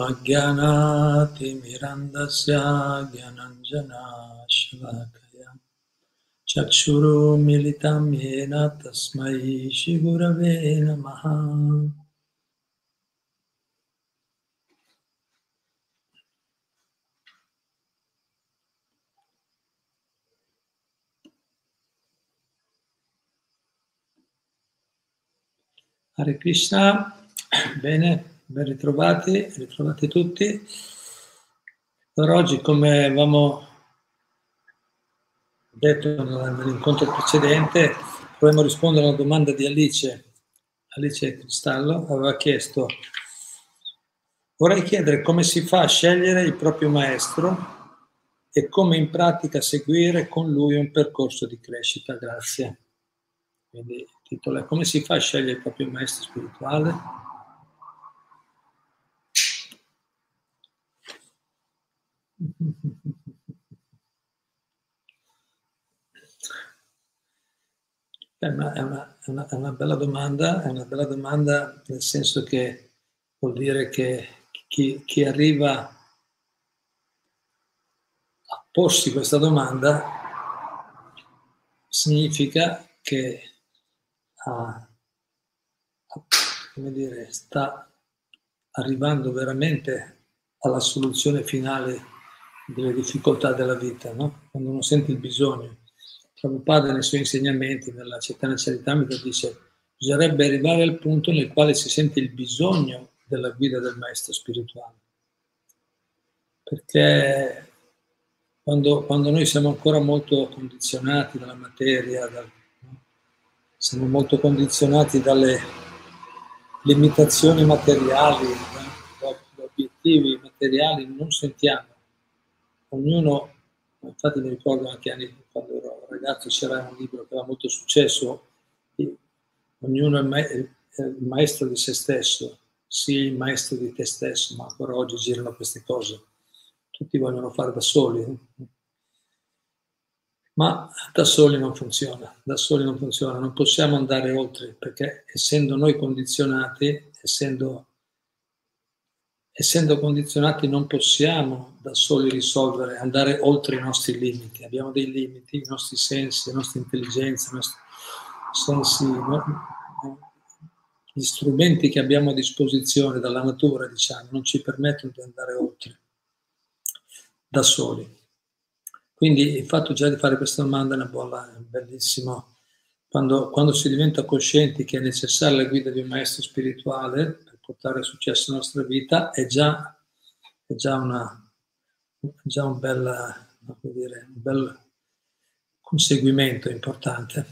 Ajnanatirmirandasya Gyananjana Shalakaya Chakshuru Militam Yena Tasmai Shri Gurave Namaha. Hare Krishna, bene, ben ritrovati tutti. Per oggi, come avevamo detto nell'incontro precedente, dovremmo rispondere alla domanda di Alice Cristallo. Aveva chiesto: vorrei chiedere come si fa a scegliere il proprio maestro e come in pratica seguire con lui un percorso di crescita. Grazie. Quindi il titolo è: come si fa a scegliere il proprio maestro spirituale? È una bella domanda, nel senso che vuol dire che chi arriva a porsi questa domanda significa che come dire, sta arrivando veramente alla soluzione finale delle difficoltà della vita, no? Quando uno sente il bisogno. Prabhupada nei suoi insegnamenti, nella Chaitanya Charitamrita, dice: bisognerebbe arrivare al punto nel quale si sente il bisogno della guida del maestro spirituale. Perché quando noi siamo ancora molto condizionati dalla materia, siamo molto condizionati dalle limitazioni materiali, da obiettivi materiali, non sentiamo. Ognuno, infatti mi ricordo anche anni quando ero ragazzo, c'era un libro che aveva molto successo: ognuno è il maestro di se stesso, sii il maestro di te stesso, ma ancora oggi girano queste cose. Tutti vogliono fare da soli, ma da soli non funziona, non possiamo andare oltre, perché essendo noi condizionati, essendo condizionati non possiamo da soli risolvere, andare oltre i nostri limiti. Abbiamo dei limiti, i nostri sensi, la nostra intelligenza, i nostri sensi, gli strumenti che abbiamo a disposizione dalla natura, diciamo, non ci permettono di andare oltre da soli. Quindi il fatto già di fare questa domanda è una buona, bellissima. Quando si diventa coscienti che è necessaria la guida di un maestro spirituale per portare successo alla nostra vita, è già un bel conseguimento importante.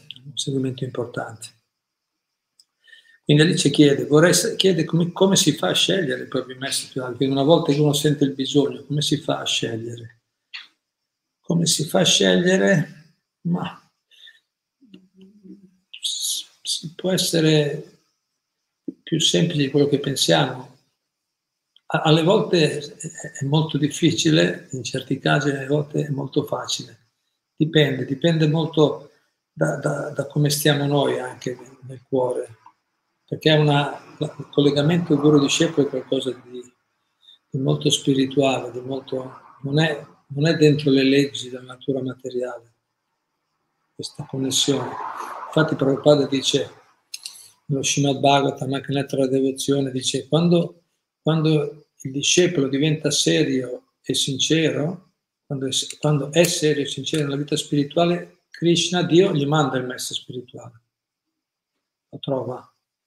Quindi Alice chiede come si fa a scegliere il proprio maestro spirituale. Quindi una volta che uno sente il bisogno, come si fa a scegliere? Come si fa a scegliere? Ma può essere più semplice di quello che pensiamo. Alle volte è molto difficile, in certi casi alle volte è molto facile. Dipende molto da come stiamo noi anche nel cuore, perché il collegamento guru-discepolo è qualcosa di molto spirituale, non è dentro le leggi della natura materiale, questa connessione. Infatti Prabhupada dice, nello Srimad Bhagavatam, anche nella devozione, dice: quando il discepolo diventa serio e sincero, quando è serio e sincero nella vita spirituale, Krishna, Dio, gli manda il maestro spirituale. Lo trova.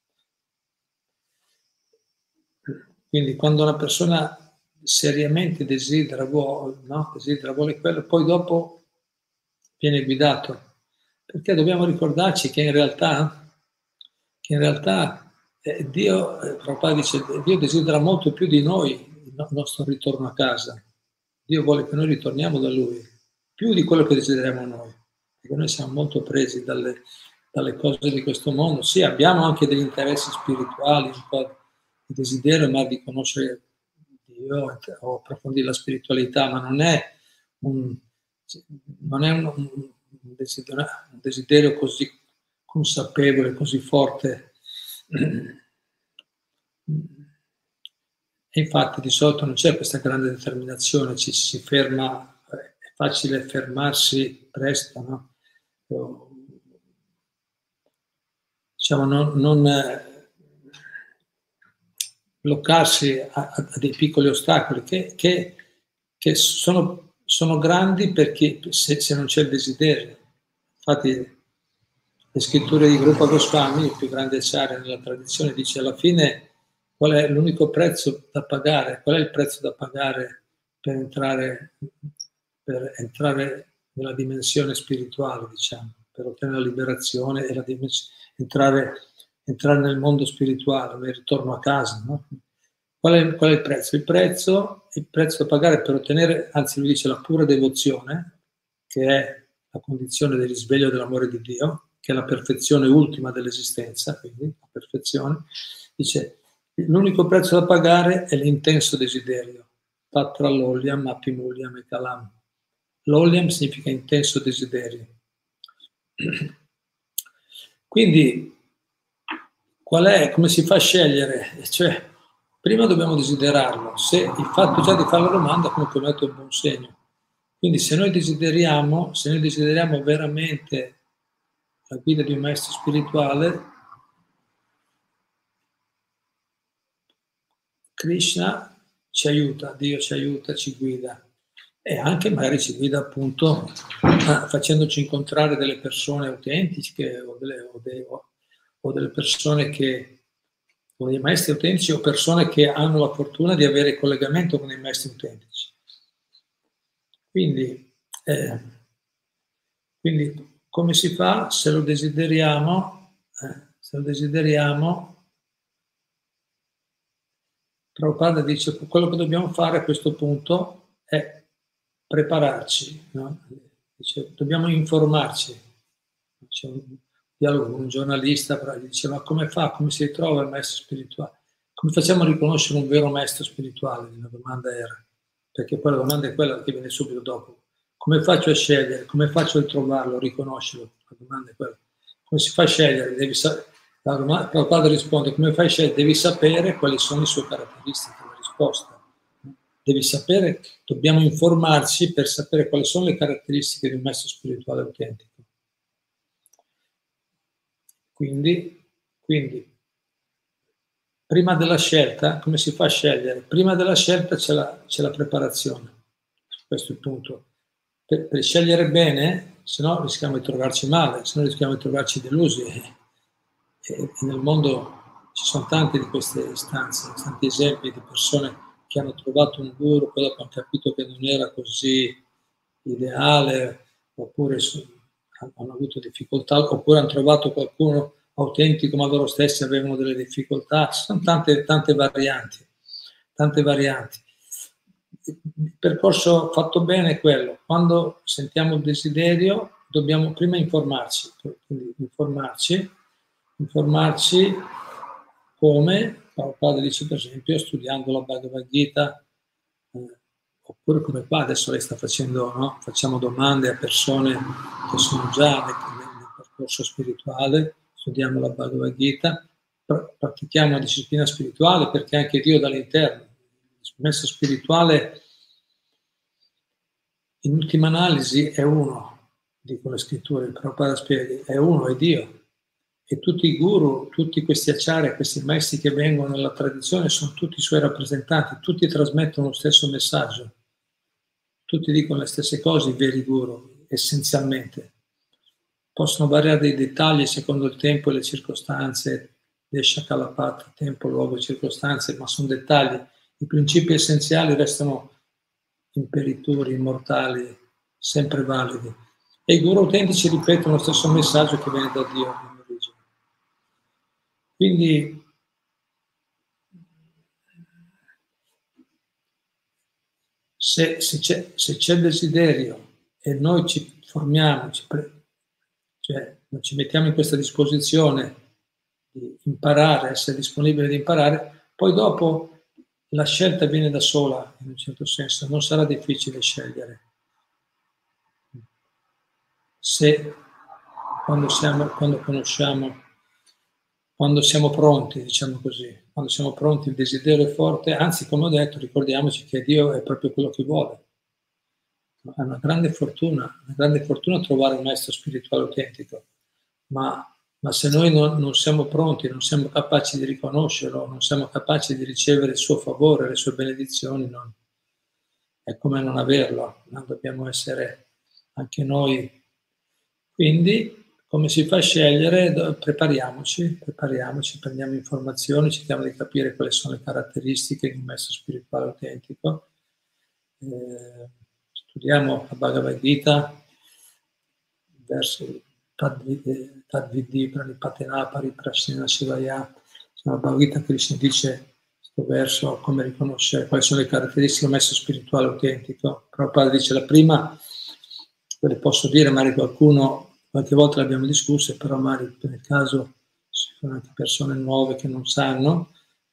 Quindi quando una persona seriamente desidera, vuole quello, poi dopo viene guidato. Perché dobbiamo ricordarci che in realtà Dio, Prabhupada dice, Dio desidera molto più di noi il nostro ritorno a casa. Dio vuole che noi ritorniamo da Lui, più di quello che desideriamo noi. Perché noi siamo molto presi dalle cose di questo mondo. Sì, abbiamo anche degli interessi spirituali, un po' di desiderio, ma di conoscere Dio o approfondire la spiritualità, ma non è un desiderio così consapevole, così forte. E infatti di solito non c'è questa grande determinazione, ci si ferma, è facile fermarsi presto, no? Diciamo, non bloccarsi a dei piccoli ostacoli che sono grandi perché se non c'è il desiderio. Infatti le scritture di Rupa Goswami, il più grande acharya nella tradizione, dice alla fine qual è l'unico prezzo da pagare, qual è il prezzo da pagare per entrare nella dimensione spirituale, diciamo, per ottenere la liberazione e entrare nel mondo spirituale, nel ritorno a casa, no? Qual è il prezzo? Il prezzo da pagare per ottenere, anzi lui dice, la pura devozione, che è la condizione del risveglio dell'amore di Dio, che è la perfezione ultima dell'esistenza, quindi la perfezione, dice, l'unico prezzo da pagare è l'intenso desiderio, tatra l'oliam, apimuliam e kalam. L'oliam significa intenso desiderio. Quindi, come si fa a scegliere? Cioè, prima dobbiamo desiderarlo. Se il fatto già di fare la domanda comunque è un buon segno. Quindi se noi desideriamo veramente la guida di un maestro spirituale, Krishna ci aiuta, Dio ci aiuta, ci guida. E anche magari ci guida appunto facendoci incontrare delle persone autentiche o delle persone o dei maestri autentici o persone che hanno la fortuna di avere collegamento con i maestri autentici. Quindi come si fa? Se lo desideriamo, Prabhupada dice che quello che dobbiamo fare a questo punto è prepararci, no? Dice, dobbiamo informarci. C'è un dialogo con un giornalista, gli dice, ma come fa, come si ritrova il maestro spirituale? Come facciamo a riconoscere un vero maestro spirituale? La domanda era, perché poi la domanda è quella che viene subito dopo. Come faccio a scegliere? Come faccio a trovarlo, a riconoscerlo? La domanda è quella. Come si fa a scegliere? Prabhupada risponde, come fai a scegliere? Devi sapere quali sono le sue caratteristiche, la risposta. Devi sapere, dobbiamo informarci per sapere quali sono le caratteristiche di un maestro spirituale autentico. Quindi, prima della scelta, come si fa a scegliere? Prima della scelta c'è la preparazione. Questo è il punto. Per scegliere bene, se no rischiamo di trovarci male, se no rischiamo di trovarci delusi. E nel mondo ci sono tante di queste istanze, tanti esempi di persone che hanno trovato un guru, poi dopo hanno capito che non era così ideale, oppure hanno avuto difficoltà, oppure hanno trovato qualcuno autentico, ma loro stessi avevano delle difficoltà. Ci sono tante varianti. Il percorso fatto bene è quello. Quando sentiamo il desiderio, dobbiamo prima informarci. Quindi informarci come Prabhupada dice, per esempio, studiando la Bhagavad Gita, oppure come qua adesso lei sta facendo, no? Facciamo domande a persone che sono già nel percorso spirituale, studiamo la Bhagavad Gita, pratichiamo la disciplina spirituale perché anche Dio dall'interno, il maestro spirituale in ultima analisi è uno, dicono le scritture, il Prabhupada spiega, è uno, è Dio. E tutti i guru, tutti questi acharya, questi maestri che vengono nella tradizione sono tutti i suoi rappresentanti, tutti trasmettono lo stesso messaggio, tutti dicono le stesse cose, i veri guru, essenzialmente. Possono variare dei dettagli secondo il tempo e le circostanze, desha kalapata, tempo, luogo e circostanze, ma sono dettagli. I principi essenziali restano imperituri, immortali, sempre validi. E i guru autentici ripetono lo stesso messaggio che viene da Dio in origine. Quindi se c'è desiderio e noi ci formiamo, cioè ci mettiamo in questa disposizione di imparare, essere disponibili di imparare, poi dopo la scelta viene da sola, in un certo senso, non sarà difficile scegliere. Quando siamo pronti, diciamo così. quando siamo pronti, il desiderio è forte, anzi, come ho detto, ricordiamoci che Dio è proprio quello che vuole. È una grande fortuna trovare un maestro spirituale autentico, ma se noi non siamo pronti, non siamo capaci di riconoscerlo, non siamo capaci di ricevere il suo favore, le sue benedizioni, è come non averlo, no? Dobbiamo essere anche noi. Quindi, come si fa a scegliere? Prepariamoci, prendiamo informazioni, cerchiamo di capire quali sono le caratteristiche di un maestro spirituale autentico. Studiamo la Bhagavad Gita, verso Tadvidi Pranipatena Pariprasnena Shivaya. Nella Bhagavad Gita Krishna dice questo verso, come riconoscere quali sono le caratteristiche del maestro spirituale autentico. Prabhupada dice la prima, le posso dire, magari qualche volta l'abbiamo discusso, però magari nel caso ci sono anche persone nuove che non sanno.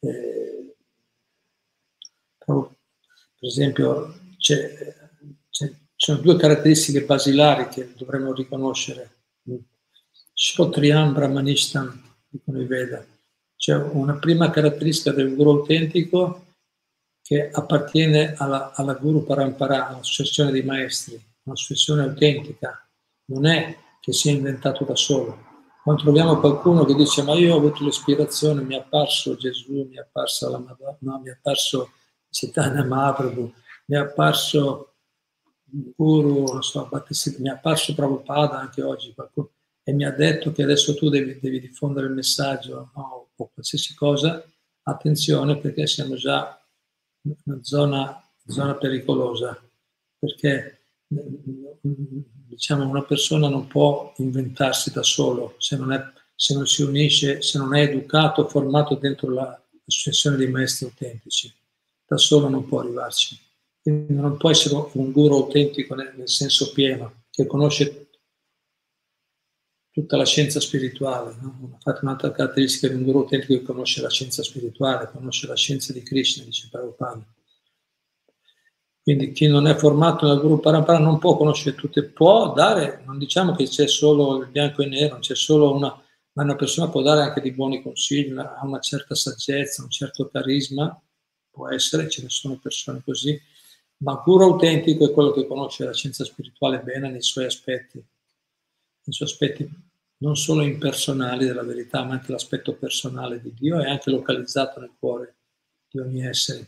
Per esempio, ci sono due caratteristiche basilari che dovremmo riconoscere. Shrotriyam Brahmanishtam, dicono i Veda. C'è una prima caratteristica del guru autentico che appartiene alla Guru Parampara, all'associazione dei maestri, un'associazione autentica, non è che sia inventato da solo. Quando troviamo qualcuno che dice ma io ho avuto l'ispirazione, mi è apparso Gesù, mi è apparsa la Madonna, no, mi è apparso Chaitanya Mahaprabhu, mi è apparso Guru, non so, mi è apparso Prabhupada anche oggi, qualcuno, e mi ha detto che adesso tu devi diffondere il messaggio, no, o qualsiasi cosa, attenzione perché siamo già in una zona pericolosa, perché diciamo una persona non può inventarsi da solo se non si unisce, se non è educato, formato dentro l'associazione dei maestri autentici. Da solo non può arrivarci. Quindi non può essere un guru autentico nel senso pieno, che conosce tutta la scienza spirituale. No? Infatti un'altra caratteristica di un guru autentico è che conosce la scienza spirituale, conosce la scienza di Krishna, dice Prabhupada. Quindi chi non è formato nel Guru Parampara non può conoscere tutte, può dare, non diciamo che c'è solo il bianco e il nero, non c'è solo ma una persona può dare anche dei buoni consigli, ha una certa saggezza, un certo carisma, può essere, ce ne sono persone così, ma il guru autentico è quello che conosce la scienza spirituale bene nei suoi aspetti non solo impersonali della verità, ma anche l'aspetto personale di Dio è anche localizzato nel cuore di ogni essere.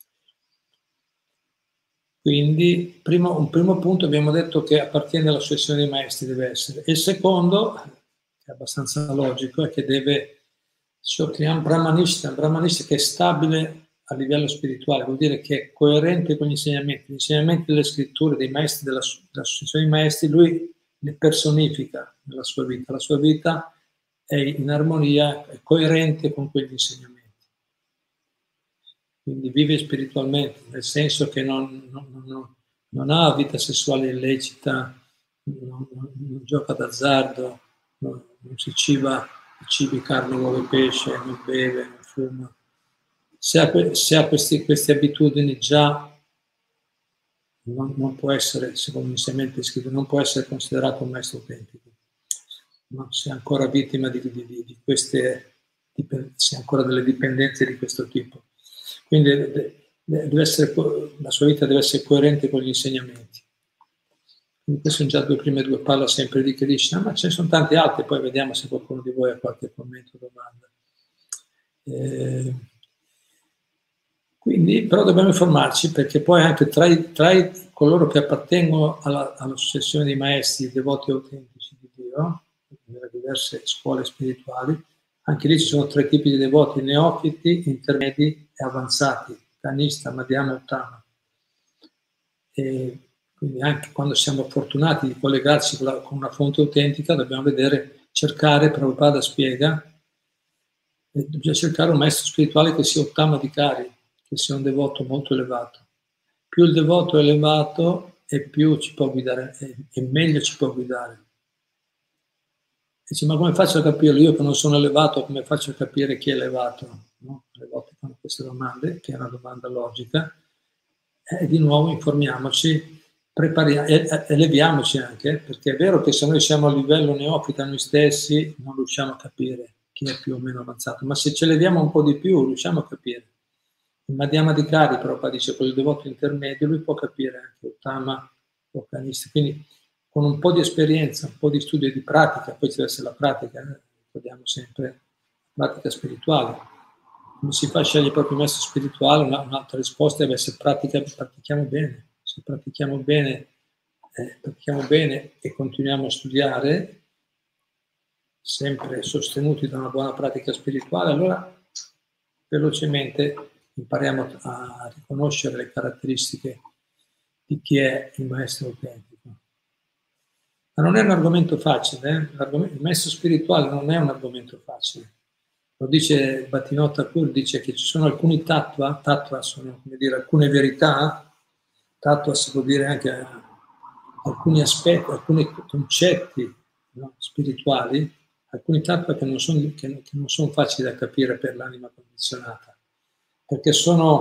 Quindi un primo punto abbiamo detto che appartiene all'associazione dei maestri, deve essere. E il secondo, che è abbastanza logico, è che deve Shotriam Brahmanishtam che è stabile a livello spirituale, vuol dire che è coerente con gli insegnamenti delle scritture, dei maestri dell'associazione dei maestri, lui li personifica nella sua vita. La sua vita è in armonia, è coerente con quegli insegnamenti. Quindi vive spiritualmente, nel senso che non ha vita sessuale illecita, non gioca d'azzardo, non si ciba cibi, carne, uova e pesce, non beve, non fuma. Se ha queste abitudini già non può essere, secondo gli insegnamenti scritto, non può essere considerato un maestro autentico. No? Se è ancora vittima di queste, se ha ancora delle dipendenze di questo tipo. Quindi la sua vita deve essere coerente con gli insegnamenti. Quindi queste sono già le prime due, parla sempre di Krishna, ma ce ne sono tanti altri, poi vediamo se qualcuno di voi ha qualche commento o domanda. Quindi, però dobbiamo informarci perché poi anche tra coloro che appartengono all'associazione dei maestri devoti autentici di Dio, nelle diverse scuole spirituali, anche lì ci sono tre tipi di devoti: neofiti, intermedi e avanzati, Tanista, Madhyama, Uttama. E quindi anche quando siamo fortunati di collegarci con una fonte autentica, dobbiamo cercare, Prabhupada spiega, bisogna cercare un maestro spirituale che sia Uttama Adhikari, che sia un devoto molto elevato. Più il devoto è elevato e più ci può guidare, e meglio ci può guidare. E dice, ma come faccio a capirlo? Io che non sono elevato, come faccio a capire chi è elevato? No? Le volte fanno queste domande, che è una domanda logica. E di nuovo informiamoci, prepariamo, eleviamoci anche, perché è vero che se noi siamo a livello neofita noi stessi non riusciamo a capire chi è più o meno avanzato, ma se ce leviamo un po' di più riusciamo a capire. Il Madhyamadikari, Prabhupada dice, quello devoto intermedio, lui può capire anche Uttama, Okanista, quindi con un po' di esperienza, un po' di studio e di pratica, poi ci deve essere la pratica, ricordiamo sempre la pratica spirituale. Come si fa a scegliere il proprio maestro spirituale? Un'altra risposta è se pratichiamo bene. Se pratichiamo bene e continuiamo a studiare, sempre sostenuti da una buona pratica spirituale, allora velocemente impariamo a riconoscere le caratteristiche di chi è il maestro autentico. Ma non è un argomento facile, il maestro spirituale non è un argomento facile. Lo dice Bhattivinoda Thakur, dice che ci sono alcuni tattva sono, come dire, alcune verità, tattva si può dire anche alcuni aspetti, alcuni concetti, no, spirituali, alcuni tattva che non sono facili da capire per l'anima condizionata, perché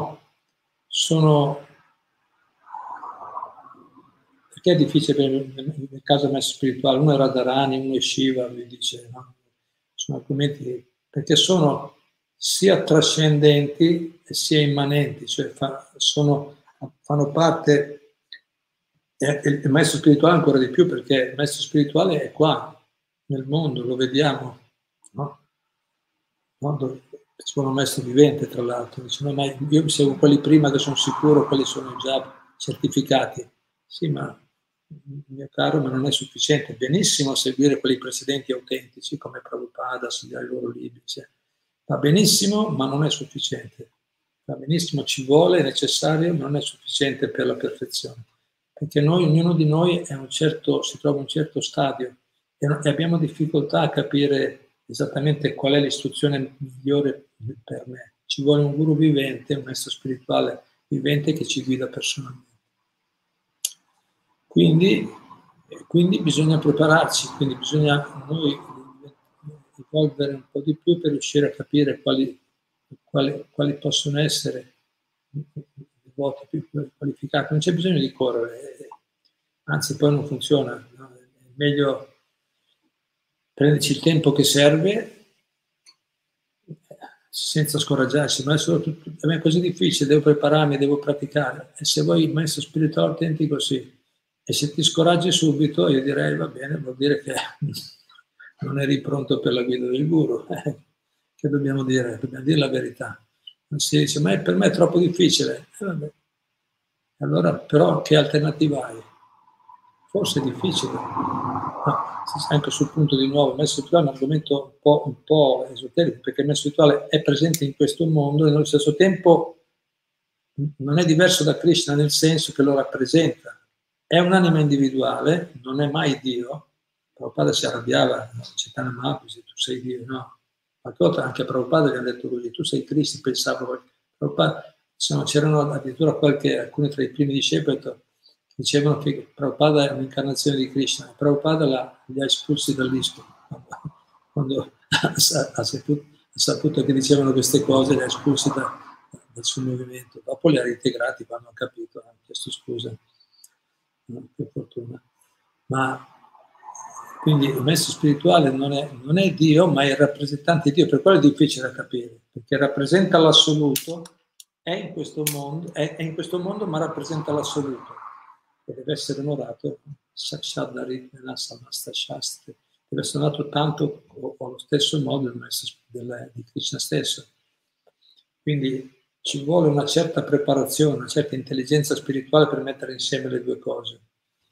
perché è difficile nel caso del maestro spirituale? Uno è Radharani, uno è Shiva, lui dice, no? Sono argomenti perché sono sia trascendenti e sia immanenti, cioè fanno parte, il maestro spirituale ancora di più, perché il maestro spirituale è qua, nel mondo, lo vediamo, no? Ci vuole un maestro vivente, tra l'altro, dice, no, ma io seguo quelli prima che sono sicuro, quelli sono già certificati. Sì, ma mio caro, ma non è sufficiente. Benissimo seguire quelli precedenti autentici, come Prabhupada, studiare i loro libri. Cioè, va benissimo, ma non è sufficiente. Va benissimo, ci vuole, è necessario, ma non è sufficiente per la perfezione. Perché ognuno di noi si trova a un certo stadio e abbiamo difficoltà a capire esattamente qual è l'istruzione migliore per me. Ci vuole un guru vivente, un maestro spirituale vivente che ci guida personalmente. Quindi bisogna prepararci, quindi bisogna noi evolvere un po' di più per riuscire a capire quali possono essere i voti più qualificati. Non c'è bisogno di correre, anzi poi non funziona, no? È meglio prenderci il tempo che serve senza scoraggiarsi, ma è così difficile, devo prepararmi, devo praticare. E se vuoi il maestro spirituale autentico, sì. E se ti scoraggi subito, io direi, va bene, vuol dire che non eri pronto per la guida del guru. Che dobbiamo dire? Dobbiamo dire la verità. Non si dice, ma per me è troppo difficile. Allora, però, che alternativa hai? Forse è difficile. Ma anche sul punto di nuovo, il maestro spirituale è un argomento un po' esoterico, perché il maestro spirituale è presente in questo mondo e nello stesso tempo non è diverso da Krishna nel senso che lo rappresenta. È un'anima individuale, non è mai Dio. Prabhupada si arrabbiava, Chaitanya Mahaprabhu, tu sei Dio, no. Qualche volta anche a Prabhupada gli hanno detto così, tu sei Krishna, pensavo. Prabhupada, c'erano addirittura alcuni tra i primi discepoli dicevano che Prabhupada è un'incarnazione di Krishna. Prabhupada li ha espulsi dall'ISKCON. Quando ha saputo che dicevano queste cose, li ha espulsi dal suo movimento. Dopo li ha reintegrati quando hanno capito, hanno chiesto scusa. Per fortuna. Ma quindi il maestro spirituale non è Dio, ma è il rappresentante di Dio. Per quello è difficile da capire, perché rappresenta l'assoluto, è in questo mondo, ma rappresenta l'assoluto, che deve essere onorato, deve essere onorato tanto o allo stesso modo il maestro di Krishna stesso. Quindi ci vuole una certa preparazione, una certa intelligenza spirituale per mettere insieme le due cose.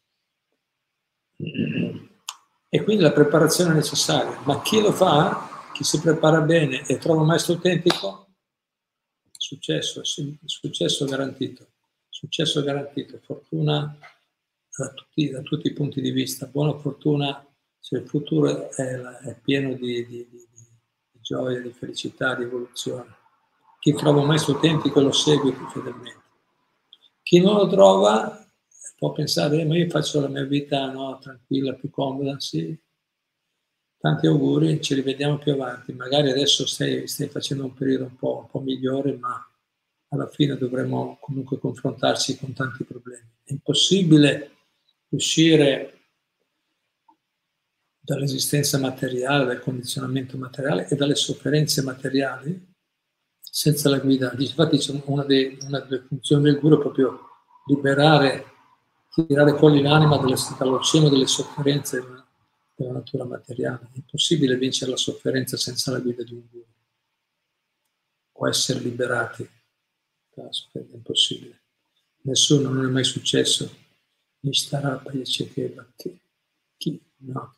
E quindi la preparazione è necessaria. Ma chi lo fa, chi si prepara bene e trova un maestro autentico, successo garantito. Successo garantito, fortuna da tutti i punti di vista. Buona fortuna, se il futuro è pieno di gioia, di felicità, di evoluzione. Chi trova un maestro autentico lo segue più fedelmente. Chi non lo trova può pensare, ma io faccio la mia vita tranquilla, più comoda, sì. Tanti auguri, ci rivediamo più avanti. Magari adesso stai facendo un periodo un po' migliore, ma alla fine dovremo comunque confrontarci con tanti problemi. È impossibile uscire dall'esistenza materiale, dal condizionamento materiale e dalle sofferenze materiali, senza la guida. Infatti una delle funzioni del guru è proprio liberare, tirare fuori l'anima dall'oceano delle sofferenze della natura materiale. È impossibile vincere la sofferenza senza la guida di un guru, o essere liberati dalla sofferenza, è impossibile. Nessuno, non è mai successo. Nishtarapa Yachekeba, chi? No.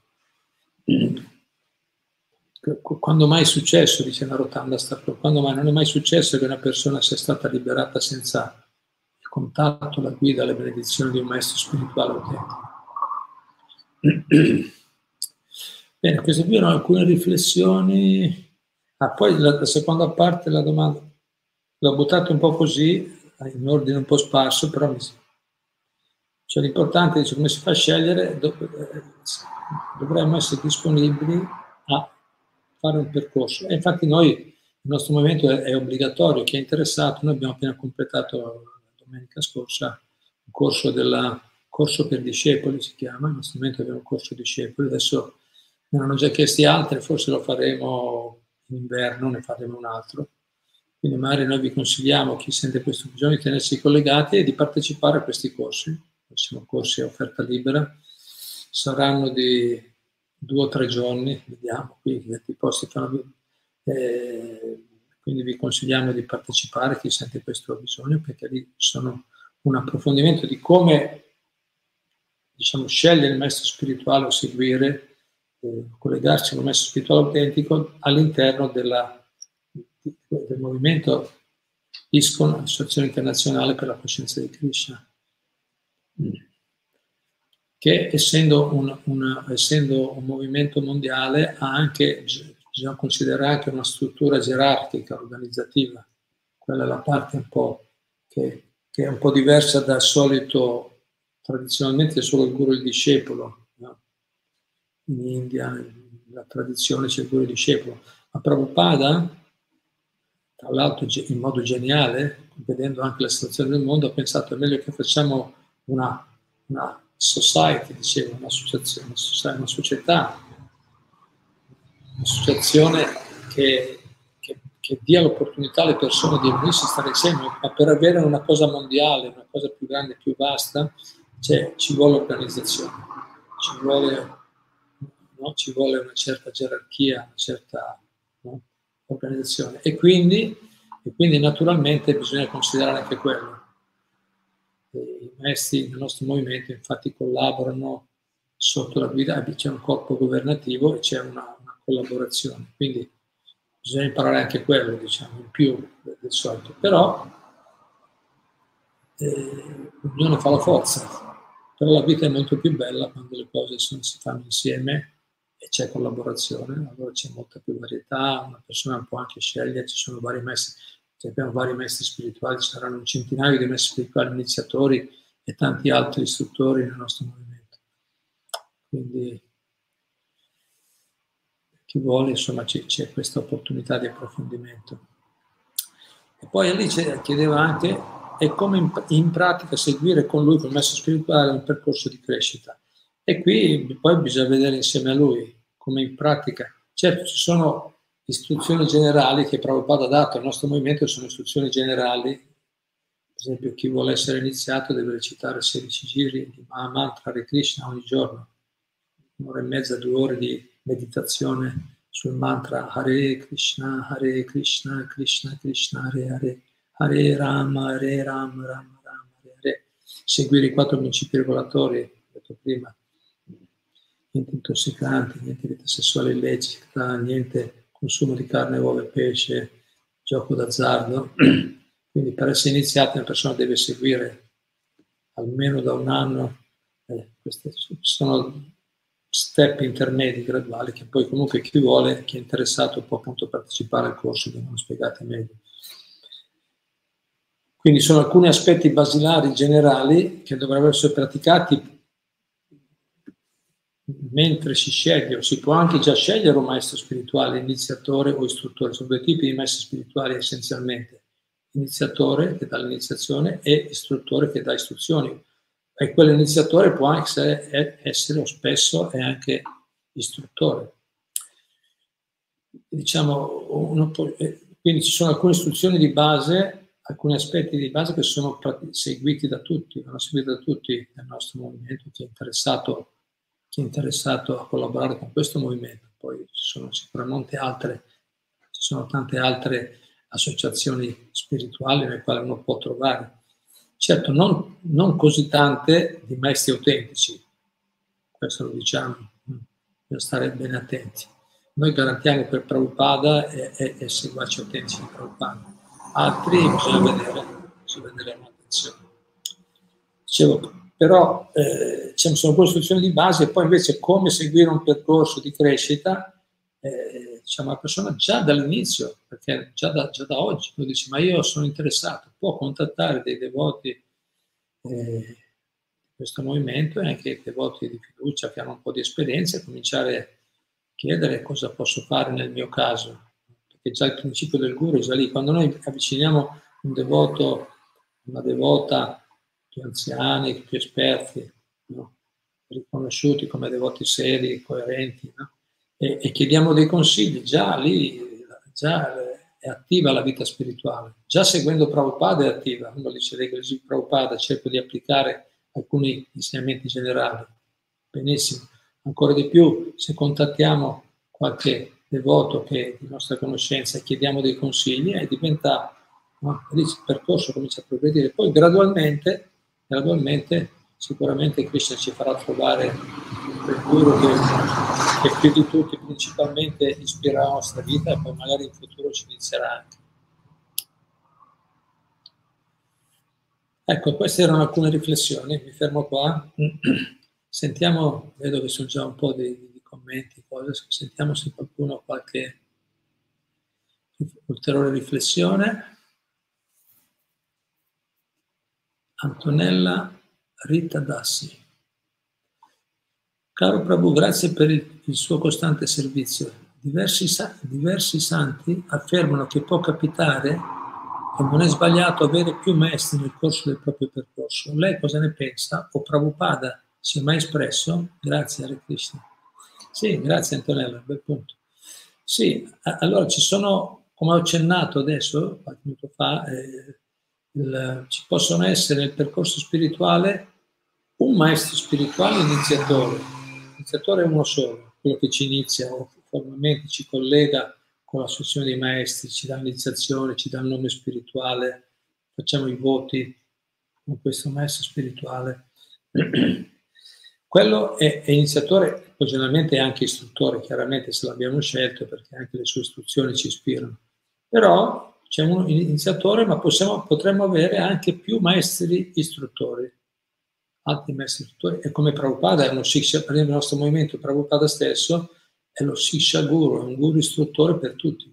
Quando mai è successo, dice Narottanda Thakur, quando mai non è mai successo che una persona sia stata liberata senza il contatto, la guida, le benedizioni di un maestro spirituale autentico. Bene, queste qui erano alcune riflessioni. Poi la seconda parte della domanda l'ho buttata un po' così, in ordine un po' sparso, però cioè l'importante è come si fa a scegliere, dovremmo essere disponibili a fare un percorso. E infatti noi, il nostro movimento è obbligatorio, chi è interessato, noi abbiamo appena completato la domenica scorsa un corso per discepoli, si chiama, in questo momento abbiamo un corso discepoli, adesso ne hanno già chiesti altri, forse lo faremo in inverno, ne faremo un altro. Quindi magari noi vi consigliamo, chi sente questo bisogno, di tenersi collegati e di partecipare a questi corsi. Sono corsi a offerta libera, saranno di 2 o 3 giorni, vediamo, qui i posti fanno, quindi vi consigliamo di partecipare, chi sente questo bisogno, perché lì sono un approfondimento di come, diciamo, scegliere il maestro spirituale o seguire, collegarsi con il maestro spirituale autentico all'interno del movimento ISKCON, Associazione Internazionale per la Coscienza di Krishna, che essendo un movimento mondiale ha anche, bisogna considerare anche una struttura gerarchica, organizzativa. Quella è la parte un po' che è un po' diversa dal solito, tradizionalmente è solo il guru e il discepolo, no? In India, nella tradizione c'è il guru e il discepolo, ma Prabhupada, tra l'altro in modo geniale, vedendo anche la situazione del mondo, ha pensato è meglio che facciamo una society, diceva, un'associazione, una società, un'associazione che dia l'opportunità alle persone di unirsi, stare insieme, ma per avere una cosa mondiale, una cosa più grande, più vasta, ci vuole organizzazione, ci vuole una certa gerarchia, una certa organizzazione. E quindi naturalmente bisogna considerare anche quello. I maestri del nostro movimento infatti collaborano sotto la guida, c'è un corpo governativo e c'è una collaborazione, quindi bisogna imparare anche quello, diciamo, in più del solito, però l'unione fa la forza, però la vita è molto più bella quando le cose si fanno insieme e c'è collaborazione, allora c'è molta più varietà, una persona può anche scegliere, ci sono vari maestri. Abbiamo vari maestri spirituali, ci saranno un centinaio di maestri spirituali iniziatori e tanti altri istruttori nel nostro movimento. Quindi chi vuole, insomma, c'è questa opportunità di approfondimento. E poi Alice chiedeva anche è come in pratica seguire con lui, con il maestro spirituale, un percorso di crescita. E qui poi bisogna vedere insieme a lui come in pratica. Certo, ci sono istruzioni generali che Prabhupada ha dato al nostro movimento, sono istruzioni generali. Per esempio, chi vuole essere iniziato deve recitare 16 giri di mantra Hare Krishna ogni giorno, 1 ora e mezza, 2 ore di meditazione sul mantra Hare Krishna, Krishna Krishna, Hare Hare, Hare Rama, Rama Rama, Hare Hare. Seguire i 4 principi regolatori, ho detto prima, niente intossicanti, niente vita sessuale illecita, niente consumo di carne, uova e pesce, gioco d'azzardo. Quindi per essere iniziati una persona deve seguire almeno da 1 anno, questi sono step intermedi, graduali, che poi comunque chi vuole, chi è interessato può appunto partecipare al corso, vengono spiegati meglio. Quindi sono alcuni aspetti basilari, generali, che dovrebbero essere praticati mentre si sceglie, o si può anche già scegliere un maestro spirituale, iniziatore o istruttore. Sono 2 tipi di maestri spirituali essenzialmente: iniziatore che dà l'iniziazione e istruttore che dà istruzioni. E quell'iniziatore può anche essere o spesso è anche istruttore. Diciamo, quindi ci sono alcune istruzioni di base, alcuni aspetti di base che sono seguiti da tutti, vanno seguiti da tutti nel nostro movimento, chi è interessato a collaborare con questo movimento. Poi ci sono sicuramente ci sono tante altre associazioni spirituali nelle quali uno può trovare. Certo, non così tante di maestri autentici, questo lo diciamo, bisogna stare bene attenti. Noi garantiamo per Prabhupada e seguaci autentici di Prabhupada. Altri bisogna vedere un'attenzione. Dicevo, però ci sono queste istruzioni di base e poi invece come seguire un percorso di crescita, diciamo la persona già dall'inizio, perché già da oggi lo dice, ma io sono interessato, può contattare dei devoti di questo movimento e anche devoti di fiducia che hanno un po' di esperienza e cominciare a chiedere cosa posso fare nel mio caso, perché già il principio del guru è già lì. Quando noi avviciniamo un devoto, una devota più anziani, più esperti, no? Riconosciuti come devoti seri, coerenti, no? E chiediamo dei consigli, già lì è attiva la vita spirituale. Già seguendo Prabhupada è attiva. Uno dice di Prabhupada, cerco di applicare alcuni insegnamenti generali. Benissimo. Ancora di più, se contattiamo qualche devoto che è di nostra conoscenza e chiediamo dei consigli, diventa, no? Il percorso comincia a progredire. Poi gradualmente sicuramente Krishna ci farà trovare quel guru che più di tutti principalmente ispira la nostra vita e poi magari in futuro ci inizierà anche. Ecco, queste erano alcune riflessioni, mi fermo qua. Sentiamo, vedo che sono già un po' di commenti, cose, sentiamo se qualcuno ha qualche ulteriore riflessione. Antonella Rita Dassi. Caro Prabhu, grazie per il suo costante servizio. Diversi santi affermano che può capitare che non è sbagliato avere più maestri nel corso del proprio percorso. Lei cosa ne pensa? O Prabhupada si è mai espresso? Grazie, Hare Krishna. Sì, grazie Antonella, bel punto. Sì, allora ci sono, come ho accennato adesso, qualche minuto fa, ci possono essere nel percorso spirituale un maestro spirituale iniziatore. L'iniziatore è uno solo, quello che ci inizia o formalmente ci collega con l'associazione dei maestri, ci dà l'iniziazione, ci dà il nome spirituale, facciamo i voti con questo maestro spirituale. Quello è iniziatore, poi generalmente è anche istruttore, chiaramente se l'abbiamo scelto perché anche le sue istruzioni ci ispirano. Però c'è un iniziatore, ma potremmo avere anche più maestri istruttori, altri maestri istruttori. E come Prabhupada è uno Siksha, per esempio il nostro movimento, Prabhupada stesso è lo Siksha Guru, è un guru istruttore per tutti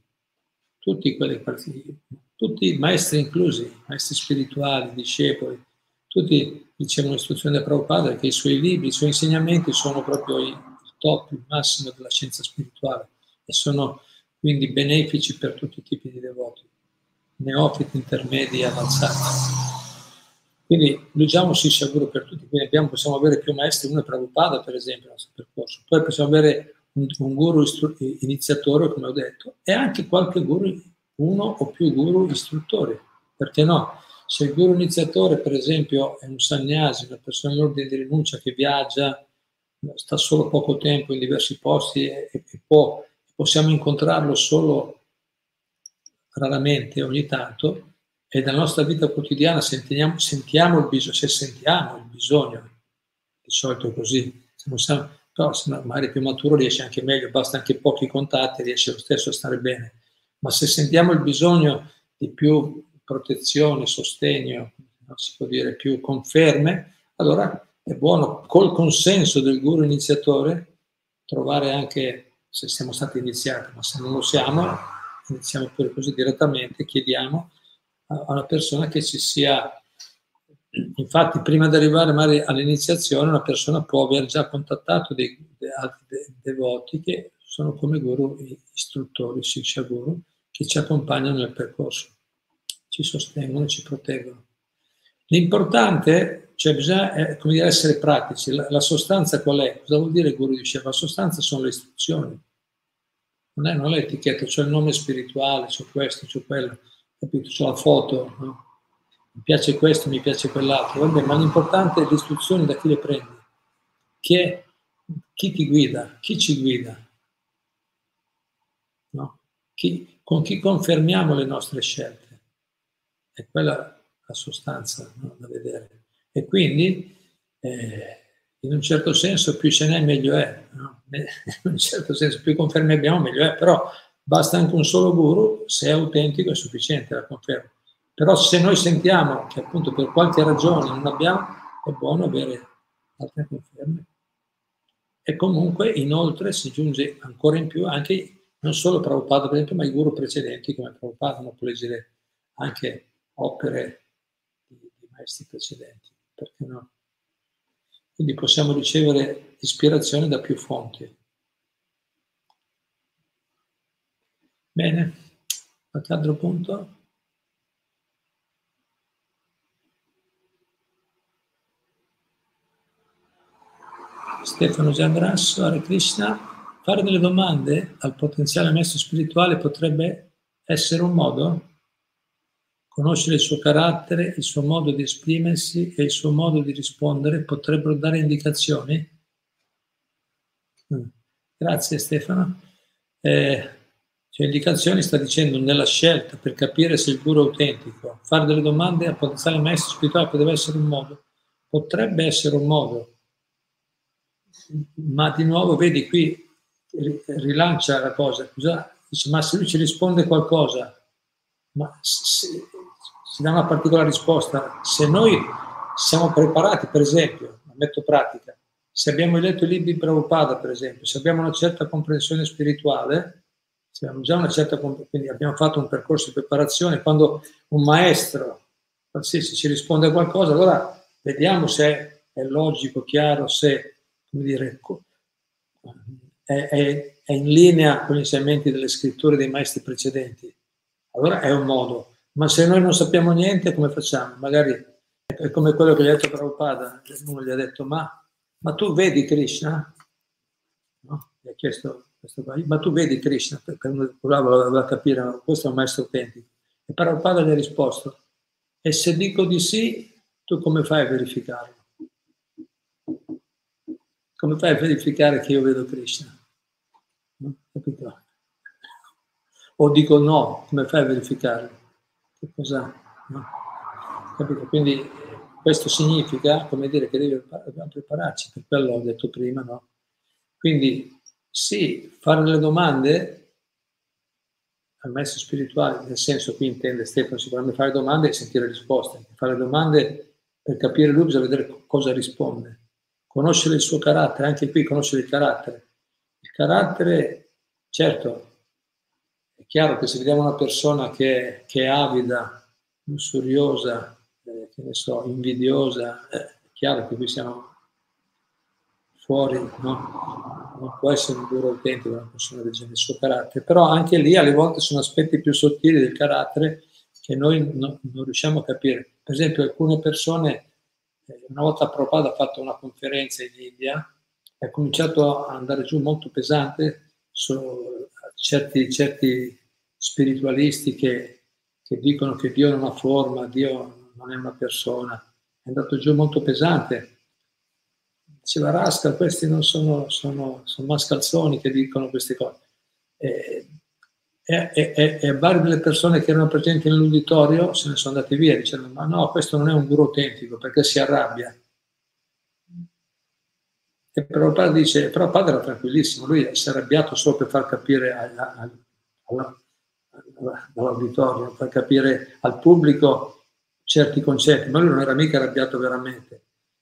tutti maestri inclusi, maestri spirituali, discepoli, tutti ricevono istruzione da Prabhupada perché i suoi libri, i suoi insegnamenti sono proprio il top, il massimo della scienza spirituale e sono quindi benefici per tutti i tipi di devoti, neofiti, intermedi e avanzati. Quindi lui già un Siksha Guru per tutti, quindi possiamo avere più maestri, uno è Prabhupada per esempio nel nostro percorso, poi possiamo avere un guru iniziatore, come ho detto, e anche qualche guru, uno o più guru istruttori, perché no? Se il guru iniziatore, per esempio, è un sannyasi, una persona in ordine di rinuncia che viaggia, sta solo poco tempo in diversi posti e possiamo incontrarlo solo raramente, ogni tanto, e nella nostra vita quotidiana sentiamo il bisogno, se sentiamo il bisogno, di solito è così, se non siamo, però se magari più maturo riesce anche meglio, basta anche pochi contatti, riesce lo stesso a stare bene, ma se sentiamo il bisogno di più protezione, sostegno, non si può dire più conferme, allora è buono col consenso del guru iniziatore trovare anche, se siamo stati iniziati, ma se non lo siamo, iniziamo pure così direttamente, chiediamo a una persona che ci sia. Infatti prima di arrivare magari all'iniziazione una persona può aver già contattato altri devoti che sono come guru istruttori, Siksha Guru, che ci accompagnano nel percorso, ci sostengono, ci proteggono. L'importante cioè bisogna come dire, essere pratici. La sostanza qual è? Cosa vuol dire il guru diceva? La sostanza sono le istruzioni, non è l'etichetta, c'è il nome spirituale, c'è questo, c'è quello, capito? C'è la foto, no? Mi piace questo, mi piace quell'altro, vabbè, ma l'importante è le istruzioni da chi le prendi, chi ti guida, chi ci guida, no? Con chi confermiamo le nostre scelte, è quella la sostanza, no? Da vedere. E quindi, in un certo senso, più ce n'è meglio è, no? In un certo senso, più conferme abbiamo meglio è, però basta anche un solo guru, se è autentico è sufficiente la conferma. Però se noi sentiamo che appunto per qualche ragione non abbiamo, è buono avere altre conferme. E comunque inoltre si giunge ancora in più anche, non solo Prabhupada per esempio, ma i guru precedenti come Prabhupada, uno può leggere anche opere di maestri precedenti, perché no? Quindi possiamo ricevere ispirazione da più fonti. Bene, qualche altro punto? Stefano Giangrasso, Hare Krishna, fare delle domande al potenziale maestro spirituale potrebbe essere un modo? Conoscere il suo carattere, il suo modo di esprimersi e il suo modo di rispondere potrebbero dare indicazioni? Grazie Stefano. Cioè, indicazioni sta dicendo nella scelta per capire se il guru è autentico. Fare delle domande al potenziale maestro spirituale potrebbe essere un modo. Potrebbe essere un modo. Ma di nuovo, vedi qui, rilancia la cosa. Dice, ma se lui ci risponde qualcosa, ma si dà una particolare risposta. Se noi siamo preparati, per esempio, metto pratica, se abbiamo letto i libri di Prabhupada, per esempio, se abbiamo una certa comprensione spirituale, se abbiamo già una certa, quindi abbiamo fatto un percorso di preparazione, quando un maestro qualsiasi ci risponde a qualcosa, allora vediamo se è logico, chiaro, se, come dire, è in linea con gli insegnamenti delle scritture dei maestri precedenti. Allora è un modo. Ma se noi non sappiamo niente, come facciamo? Magari è come quello che gli ha detto Prabhupada, uno gli ha detto, ma tu vedi Krishna? No? Gli ha chiesto questo qua, ma tu vedi Krishna? Perché uno voleva capire, questo è un maestro autentico. E Prabhupada gli ha risposto, e se dico di sì, tu come fai a verificarlo? Come fai a verificare che io vedo Krishna? No? Capito? O dico no, come fai a verificarlo? Che cosa? No? Capito? Quindi questo significa, come dire, che dobbiamo prepararci, per quello ho detto prima, no? Quindi sì, fare le domande al maestro spirituale, nel senso qui intende Stefano sicuramente fare domande e sentire risposte. Fare domande per capire lui bisogna vedere cosa risponde. Conoscere il suo carattere, anche qui conoscere il carattere. Il carattere, certo, è chiaro che se vediamo una persona che è avida, lussuriosa, che ne so, invidiosa, è chiaro che qui siamo fuori, no? Non può essere un guru autentico una persona del genere, il suo carattere, però anche lì alle volte sono aspetti più sottili del carattere che noi non riusciamo a capire. Per esempio alcune persone, una volta Prabhupada ha fatto una conferenza in India, è cominciato ad andare giù molto pesante su certi spiritualisti che dicono che Dio non ha forma, Dio non è una persona, è andato giù molto pesante. Diceva Rascal, questi non sono mascalzoni che dicono queste cose. E varie delle persone che erano presenti nell'uditorio se ne sono andate via dicendo ma no, questo non è un guru autentico perché si arrabbia. E Prabhupada dice, però padre era tranquillissimo, lui si è arrabbiato solo per far capire all'auditorio, per far capire al pubblico certi concetti, ma lui non era mica arrabbiato veramente.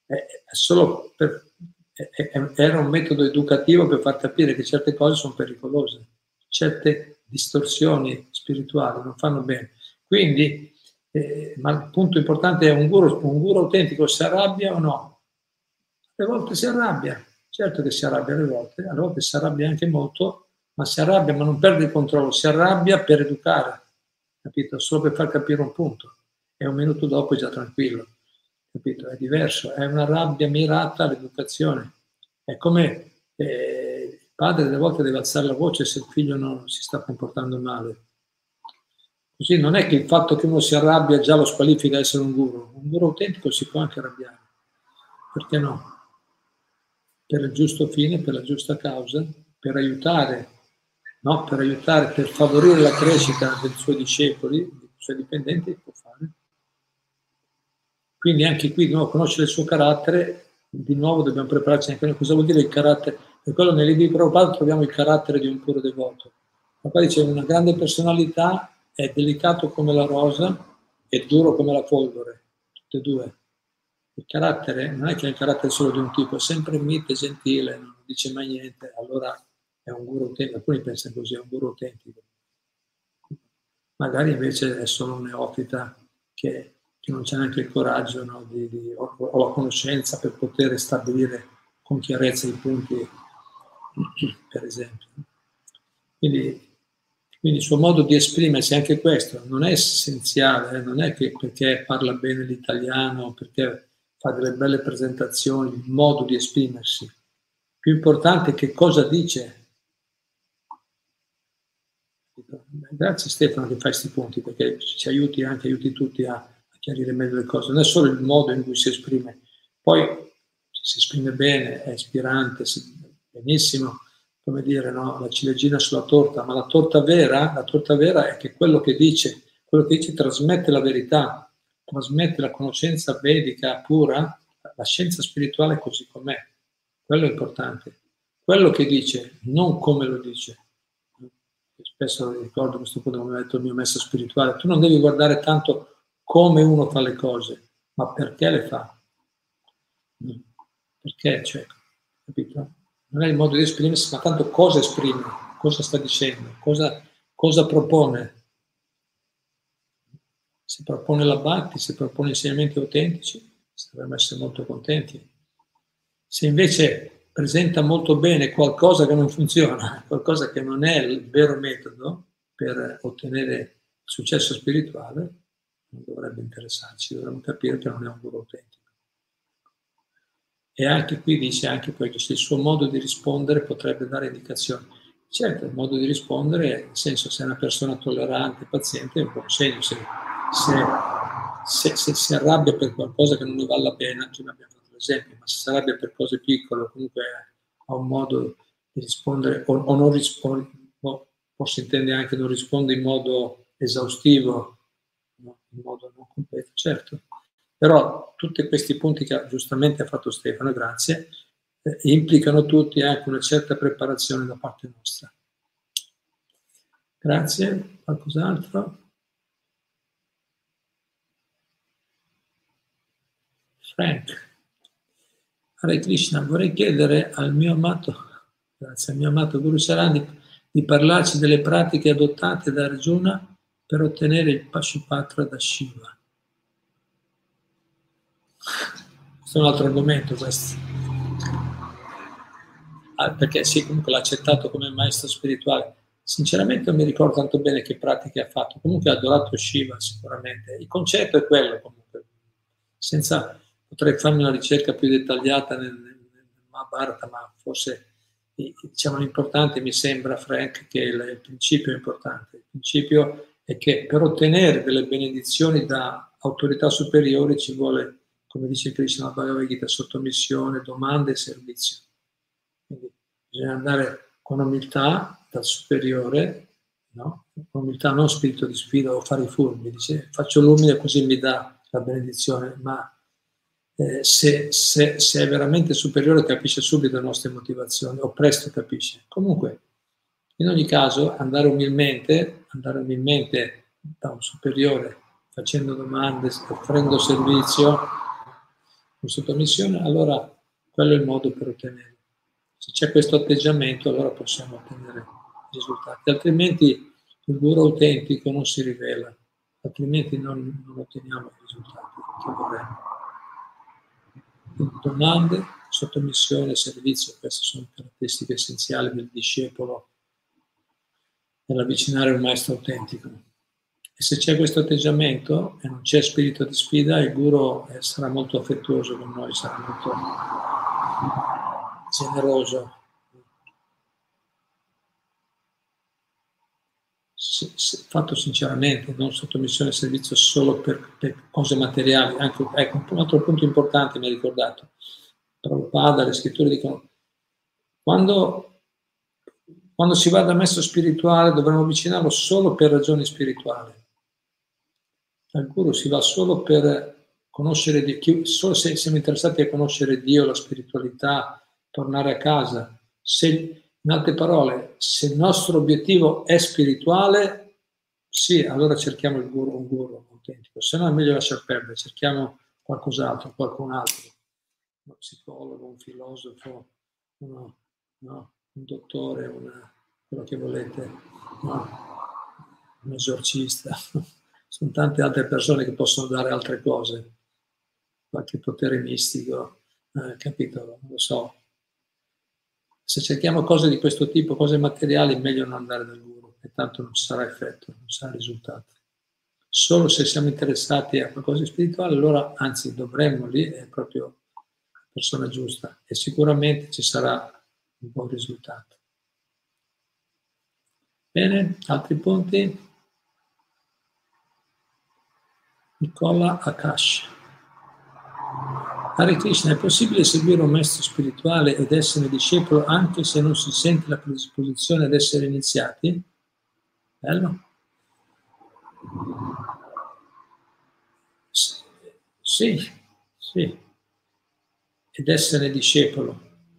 Era un metodo educativo per far capire che certe cose sono pericolose, certe distorsioni spirituali non fanno bene. Quindi, ma il punto importante è un guru autentico si arrabbia o no? alle volte si arrabbia, certo che si arrabbia alle volte si arrabbia anche molto, ma si arrabbia, ma non perde il controllo, si arrabbia per educare, capito? Solo per far capire un punto, e un minuto dopo è già tranquillo. capito? È diverso, è una rabbia mirata all'educazione. È come il padre delle volte deve alzare la voce se il figlio non si sta comportando male. Così non è che il fatto che uno si arrabbia già lo squalifica essere un guru. Un guru autentico si può anche arrabbiare. Perché no? Per il giusto fine, per la giusta causa, per aiutare, no? Per aiutare, per favorire la crescita dei suoi discepoli, dei suoi dipendenti, può fare. Quindi anche qui di nuovo conoscere il suo carattere, di nuovo dobbiamo prepararci anche noi. Cosa vuol dire il carattere? Per quello nei libri di Prabhupada troviamo il carattere di un puro devoto. Prabhupada dice una grande personalità è delicato come la rosa e duro come la polvere, tutte e due. Il carattere non è che è il carattere solo di un tipo, è sempre mite, gentile, non dice mai niente, allora è un guru autentico. Alcuni pensano così, è un guru autentico. Magari invece è solo un neofita che non c'è neanche il coraggio, no, o la conoscenza per poter stabilire con chiarezza i punti, per esempio. Quindi il suo modo di esprimersi, anche questo, non è essenziale, non è che perché parla bene l'italiano, perché fa delle belle presentazioni, il modo di esprimersi. Più importante è che cosa dice. Grazie Stefano che fai questi punti, perché ci aiuti anche, aiuti tutti a chiarire meglio le cose. Non è solo il modo in cui si esprime, poi si esprime bene, è ispirante, benissimo, come dire, no? La ciliegina sulla torta, ma la torta vera è che quello che dice trasmette la verità, trasmette la conoscenza vedica pura, la scienza spirituale così com'è. Quello è importante. Quello che dice, non come lo dice. Spesso ricordo questo punto come ha detto il mio maestro spirituale, tu non devi guardare tanto come uno fa le cose, ma perché le fa. Perché, cioè, capito? Non è il modo di esprimersi, ma tanto cosa esprime, cosa sta dicendo, cosa propone. Se propone la Bhakti, se propone insegnamenti autentici, dovremmo essere molto contenti. Se invece presenta molto bene qualcosa che non funziona, qualcosa che non è il vero metodo per ottenere il successo spirituale, non dovrebbe interessarci, dovremmo capire che non è un guru autentico. E anche qui dice anche poi che il suo modo di rispondere potrebbe dare indicazioni. Certo, il modo di rispondere, nel senso, se è una persona tollerante, paziente, è un buon segno. Se si arrabbia per qualcosa che non ne vale la pena, prima abbiamo fatto l'esempio, ma se si arrabbia per cose piccole, comunque ha un modo di rispondere, o non risponde, o si intende anche non risponde in modo esaustivo, no? In modo non completo, certo. Però tutti questi punti che giustamente ha fatto Stefano, grazie, implicano tutti anche una certa preparazione da parte nostra. Grazie. Qualcos'altro? Frank. Hare Krishna, vorrei chiedere al mio amato, grazie al mio amato Guru Sarandi, di parlarci delle pratiche adottate da Arjuna per ottenere il Pashupatra da Shiva. Questo è un altro argomento questo. Perché sì, comunque l'ha accettato come maestro spirituale. Sinceramente non mi ricordo tanto bene che pratiche ha fatto. Comunque ha adorato Shiva sicuramente. Il concetto è quello comunque. Potrei farmi una ricerca più dettagliata nel Mahabharata, ma forse diciamo l'importante mi sembra, Frank, che il principio è importante. Il principio è che per ottenere delle benedizioni da autorità superiori ci vuole, come dice Krishna Bhagavad Gita, sottomissione, domande e servizio. Quindi bisogna andare con umiltà dal superiore, no? Con umiltà, non spirito di sfida o fare i furbi, dice faccio l'umile così mi dà la benedizione, ma se è veramente superiore capisce subito le nostre motivazioni o presto capisce. Comunque, in ogni caso, andare umilmente da un superiore, facendo domande, offrendo servizio, con sottomissione, allora quello è il modo per ottenere. Se c'è questo atteggiamento, allora possiamo ottenere risultati. Altrimenti il guru autentico non si rivela, altrimenti non otteniamo i risultati che vorremmo. Domande, sottomissione, servizio, queste sono caratteristiche essenziali del discepolo nell'avvicinare un maestro autentico. E se c'è questo atteggiamento e non c'è spirito di sfida, il guru sarà molto affettuoso con noi, sarà molto generoso. Fatto sinceramente, non sottomissione al servizio solo per cose materiali. Anche, ecco, un altro punto importante mi ha ricordato. Prabhupada, le scritture dicono, quando si va da maestro spirituale dovremmo avvicinarlo solo per ragioni spirituali. Al guru si va solo per conoscere Dio, solo se siamo interessati a conoscere Dio, la spiritualità, tornare a casa. In altre parole, se il nostro obiettivo è spirituale, sì, allora cerchiamo un guru autentico, se no è meglio lasciar perdere, cerchiamo qualcos'altro, qualcun altro, uno psicologo, un filosofo, un dottore, quello che volete, un esorcista. Sono tante altre persone che possono dare altre cose, qualche potere mistico, capito? Non lo so. Se cerchiamo cose di questo tipo, cose materiali, è meglio non andare dal guru, e tanto non ci sarà effetto, non ci sarà risultato. Solo se siamo interessati a qualcosa di spirituale, allora, anzi, dovremmo lì, è proprio la persona giusta, e sicuramente ci sarà un buon risultato. Bene, altri punti? Nicola Akash. Hare Krishna, è possibile seguire un maestro spirituale ed essere discepolo anche se non si sente la predisposizione ad essere iniziati? Bello? Sì. Ed essere discepolo.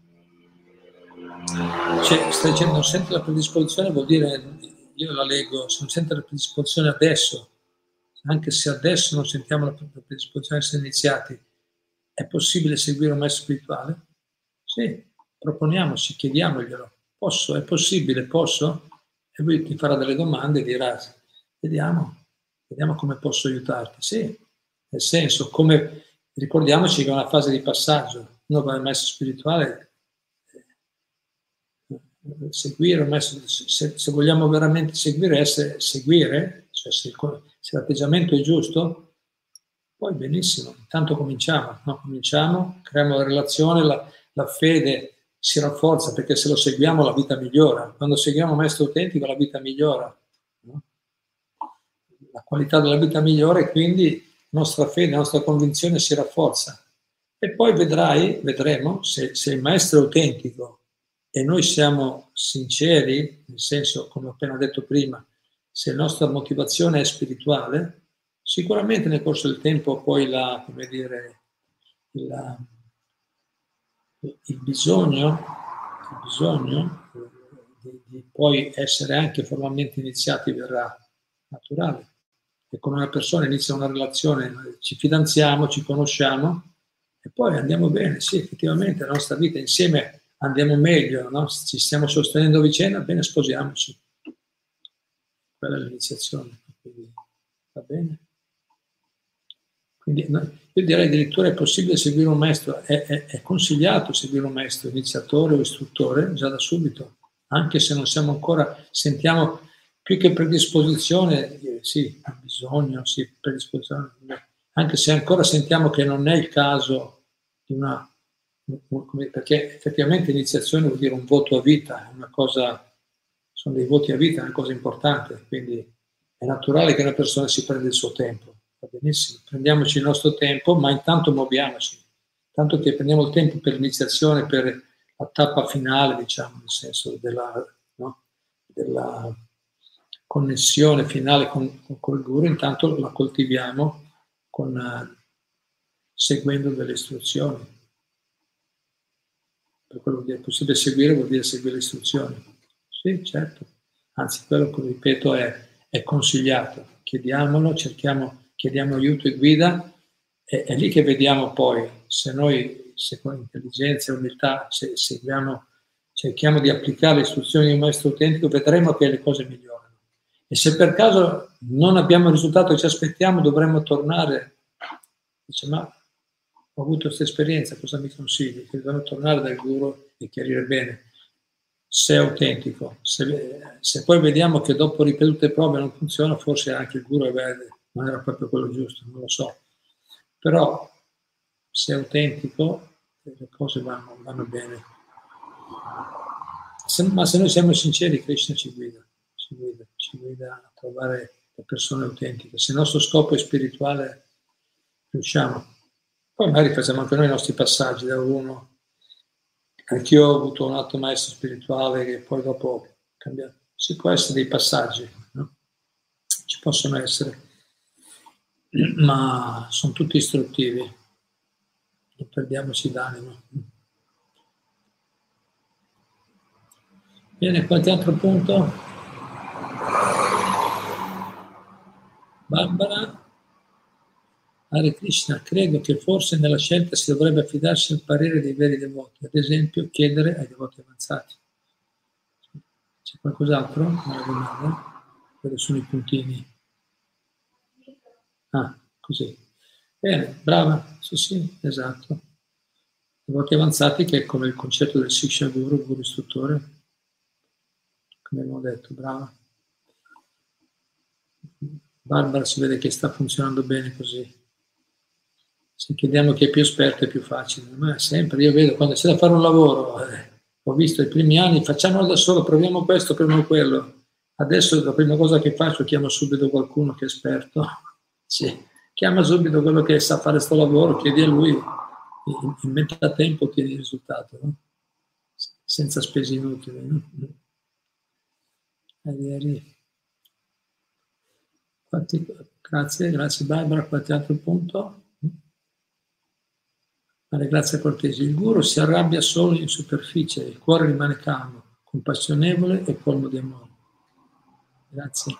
Cioè, stai dicendo, non sente la predisposizione, vuol dire, io la leggo, se non sente la predisposizione adesso, anche se adesso non sentiamo la predisposizione ad essere iniziati, è possibile seguire un maestro spirituale? Sì, proponiamoci, chiediamoglielo. Posso? È possibile? Posso? E lui ti farà delle domande e dirà, vediamo come posso aiutarti. Sì, nel senso, come ricordiamoci che è una fase di passaggio. Uno va al maestro spirituale, seguire un maestro, se vogliamo veramente seguire, cioè se l'atteggiamento è giusto, poi benissimo, intanto cominciamo, no? Creiamo la relazione, la fede si rafforza, perché se lo seguiamo la vita migliora. Quando seguiamo un maestro autentico la vita migliora, no? La qualità della vita migliora e quindi la nostra fede, la nostra convinzione si rafforza. E poi vedremo se il maestro è autentico e noi siamo sinceri, nel senso, come ho appena detto prima, se la nostra motivazione è spirituale, sicuramente nel corso del tempo poi il bisogno di poi essere anche formalmente iniziati verrà naturale. E con una persona inizia una relazione, ci fidanziamo, ci conosciamo e poi andiamo bene. Sì, effettivamente la nostra vita insieme andiamo meglio, no? Ci stiamo sostenendo a vicenda, bene, sposiamoci. Quella è l'iniziazione. Quindi, va bene? Quindi io direi addirittura è possibile seguire un maestro, è consigliato seguire un maestro, iniziatore o istruttore, già da subito, anche se non siamo ancora, sentiamo più che predisposizione, sì, bisogno, sì, predisposizione, anche se ancora sentiamo che non è il caso di una, perché effettivamente iniziazione vuol dire un voto a vita, è una cosa, sono dei voti a vita, è una cosa importante, quindi è naturale che una persona si prenda il suo tempo. Va benissimo, prendiamoci il nostro tempo, ma intanto muoviamoci. Tanto che prendiamo il tempo per l'iniziazione, per la tappa finale, diciamo, nel senso della connessione finale con il guru, intanto la coltiviamo seguendo delle istruzioni. Per quello che è possibile seguire vuol dire seguire le istruzioni. Sì, certo. Anzi, quello che ripeto è consigliato. Chiediamolo, chiediamo aiuto e guida, è lì che vediamo poi se noi, se con intelligenza e umiltà, se cerchiamo di applicare le istruzioni di un maestro autentico, vedremo che le cose migliorano. E se per caso non abbiamo il risultato che ci aspettiamo, dovremmo tornare. Dice, ma ho avuto questa esperienza, cosa mi consigli? Che dobbiamo tornare dal guru e chiarire bene. se è autentico. Se poi vediamo che dopo ripetute prove non funziona, forse anche il guru non era proprio quello giusto, non lo so. Però se è autentico le cose vanno bene. Ma se noi siamo sinceri, Krishna ci guida a trovare le persone autentiche. Se il nostro scopo è spirituale, riusciamo. Poi magari facciamo anche noi i nostri passaggi da uno. Anch'io ho avuto un altro maestro spirituale che poi dopo cambia. Ci può essere dei passaggi, no? Ci possono essere, ma sono tutti istruttivi. Non perdiamoci d'animo. Bene, qualche altro punto? Barbara? Hare Krishna, credo che forse nella scelta si dovrebbe affidarsi al parere dei veri devoti, ad esempio chiedere ai devoti avanzati. C'è qualcos'altro? Una domanda? Quali sono i puntini? Ah, così. Bene, brava, sì, esatto. Devoti avanzati che è come il concetto del Siksha Guru, guru istruttore, come abbiamo detto, brava. Barbara si vede che sta funzionando bene così. Se chiediamo chi è più esperto è più facile, ma sempre, io vedo quando c'è da fare un lavoro, ho visto i primi anni, facciamolo da solo, proviamo questo, proviamo quello. Adesso la prima cosa che faccio, chiamo subito qualcuno che è esperto, sì, chiama subito quello che sa fare questo lavoro, chiedi a lui, in metà tempo ottieni il risultato, no? Senza spese inutili. No? Grazie Barbara, qualche altro punto? Grazie cortesi. Il guru si arrabbia solo in superficie, il cuore rimane calmo, compassionevole e colmo di amore. Grazie.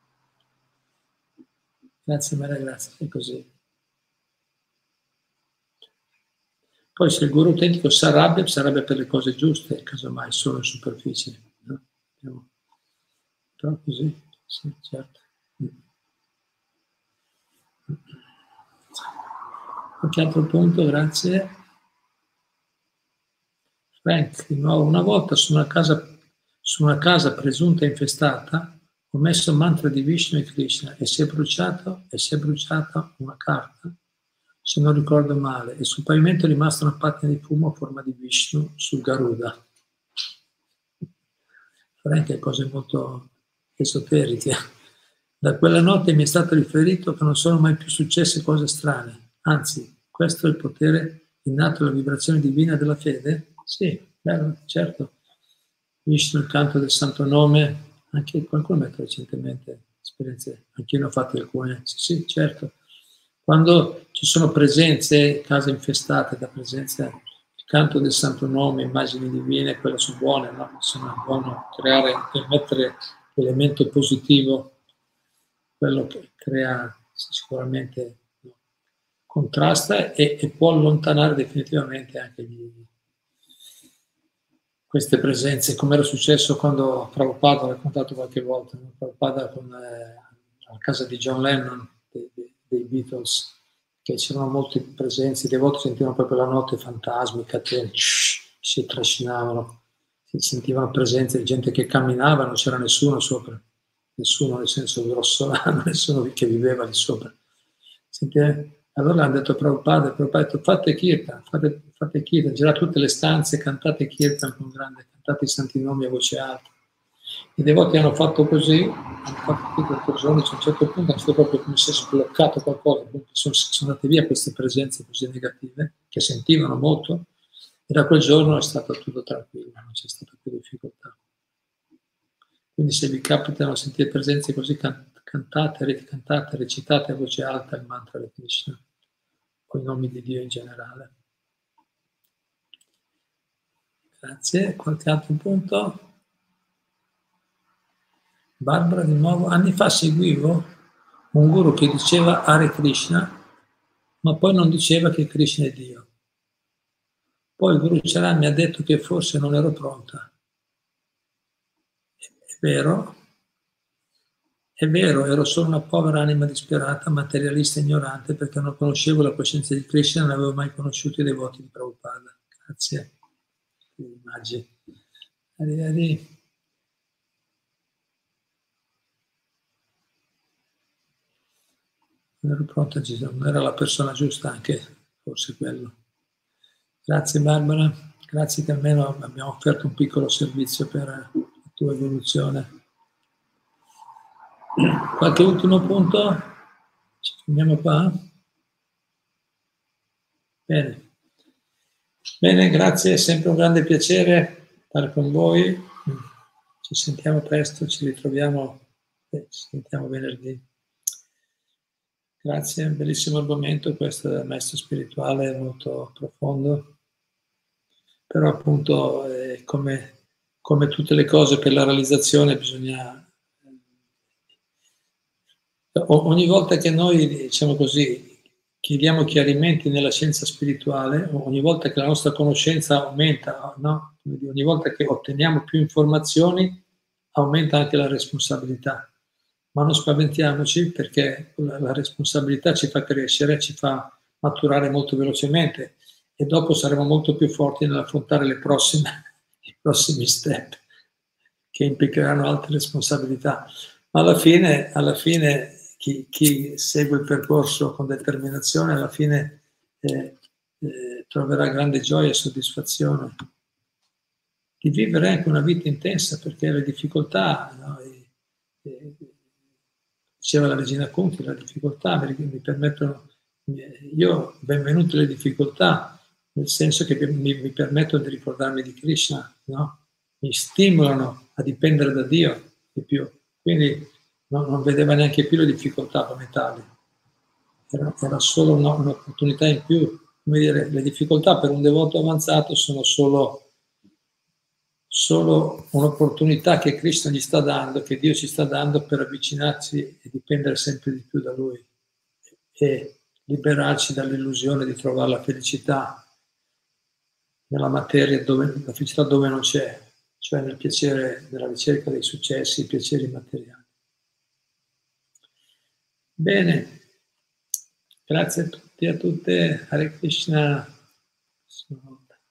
Grazie Maria, grazie, è così. Poi se il guru autentico si arrabbia per le cose giuste, casomai solo in superficie. No? Però così, sì, certo. Qualche altro punto, grazie. Frank, di nuovo, una volta su una casa presunta infestata, ho messo il mantra di Vishnu e Krishna e si è bruciata una carta, se non ricordo male, e sul pavimento è rimasta una pattina di fumo a forma di Vishnu sul Garuda. Frank, cose molto esoteriche. Da quella notte mi è stato riferito che non sono mai più successe cose strane, anzi, questo è il potere innato alla vibrazione divina della fede? Sì, bello, certo. Vishnu, il canto del santo nome, anche qualcuno ha messo recentemente esperienze, anche io ne ho fatte alcune, sì, certo. Quando ci sono presenze, case infestate da presenze, il canto del santo nome, immagini divine, quelle sono buone, no? Sono buono creare e mettere l'elemento positivo, quello che crea sicuramente, no? Contrasta e può allontanare definitivamente anche queste presenze, come era successo quando Prabhupada, ho raccontato qualche volta, no? Prabhupada a casa di John Lennon, dei Beatles, che c'erano molte presenze, delle volte sentivano proprio la notte fantasmi, catene, si trascinavano, si sentivano presenze di gente che camminava, non c'era nessuno sopra, nessuno nel senso grossolano, nessuno che viveva lì sopra. Allora hanno detto a Prabhupada ha detto fate kirtan, girate tutte le stanze, cantate kirtan con grande, cantate i santi nomi a voce alta. I devoti hanno fatto così, hanno fatto tutto il giorno, a un certo punto è stato proprio come se sbloccato qualcosa, sono andate via queste presenze così negative, che sentivano molto, e da quel giorno è stato tutto tranquillo, non c'è stata più difficoltà. Quindi se vi capitano a sentire presenze così cantate, recitate a voce alta il mantra di Krishna, con i nomi di Dio in generale. Grazie. Qualche altro punto? Barbara di nuovo. Anni fa seguivo un guru che diceva Hare Krishna, ma poi non diceva che Krishna è Dio. Poi il Guru Charan mi ha detto che forse non ero pronta. È vero, ero solo una povera anima disperata, materialista e ignorante, perché non conoscevo la coscienza di Krishna e non avevo mai conosciuto i devoti di Prabhupada. Grazie. Immagini. Hari Hari. Non ero pronta, non era la persona giusta anche, forse quello. Grazie Barbara, grazie che almeno abbiamo offerto un piccolo servizio per la tua evoluzione. Qualche ultimo punto? Ci fermiamo qua? Bene. Bene, grazie, è sempre un grande piacere stare con voi. Ci sentiamo presto, ci ritroviamo, ci sentiamo venerdì. Grazie, un bellissimo argomento questo del maestro spirituale, molto profondo, però appunto come tutte le cose per la realizzazione bisogna, ogni volta che noi, diciamo così, chiediamo chiarimenti nella scienza spirituale, ogni volta che la nostra conoscenza aumenta, no? Ogni volta che otteniamo più informazioni aumenta anche la responsabilità. Ma non spaventiamoci perché la responsabilità ci fa crescere, ci fa maturare molto velocemente e dopo saremo molto più forti nell'affrontare i prossimi step che implicheranno altre responsabilità. Ma alla fine chi segue il percorso con determinazione alla fine troverà grande gioia e soddisfazione di vivere anche una vita intensa, perché le difficoltà, no, diceva la regina Conti, la difficoltà mi permettono, io benvenute le difficoltà, nel senso che mi permettono di ricordarmi di Krishna, no? Mi stimolano a dipendere da Dio di più, quindi non vedeva neanche più le difficoltà come tali, era solo un'opportunità in più. Come dire, le difficoltà per un devoto avanzato sono solo un'opportunità che Cristo gli sta dando, che Dio ci sta dando per avvicinarci e dipendere sempre di più da Lui e liberarci dall'illusione di trovare la felicità nella materia, la felicità dove non c'è, cioè nel piacere della ricerca dei successi, i piaceri materiali. Bene, grazie a tutti e a tutte, Hare Krishna.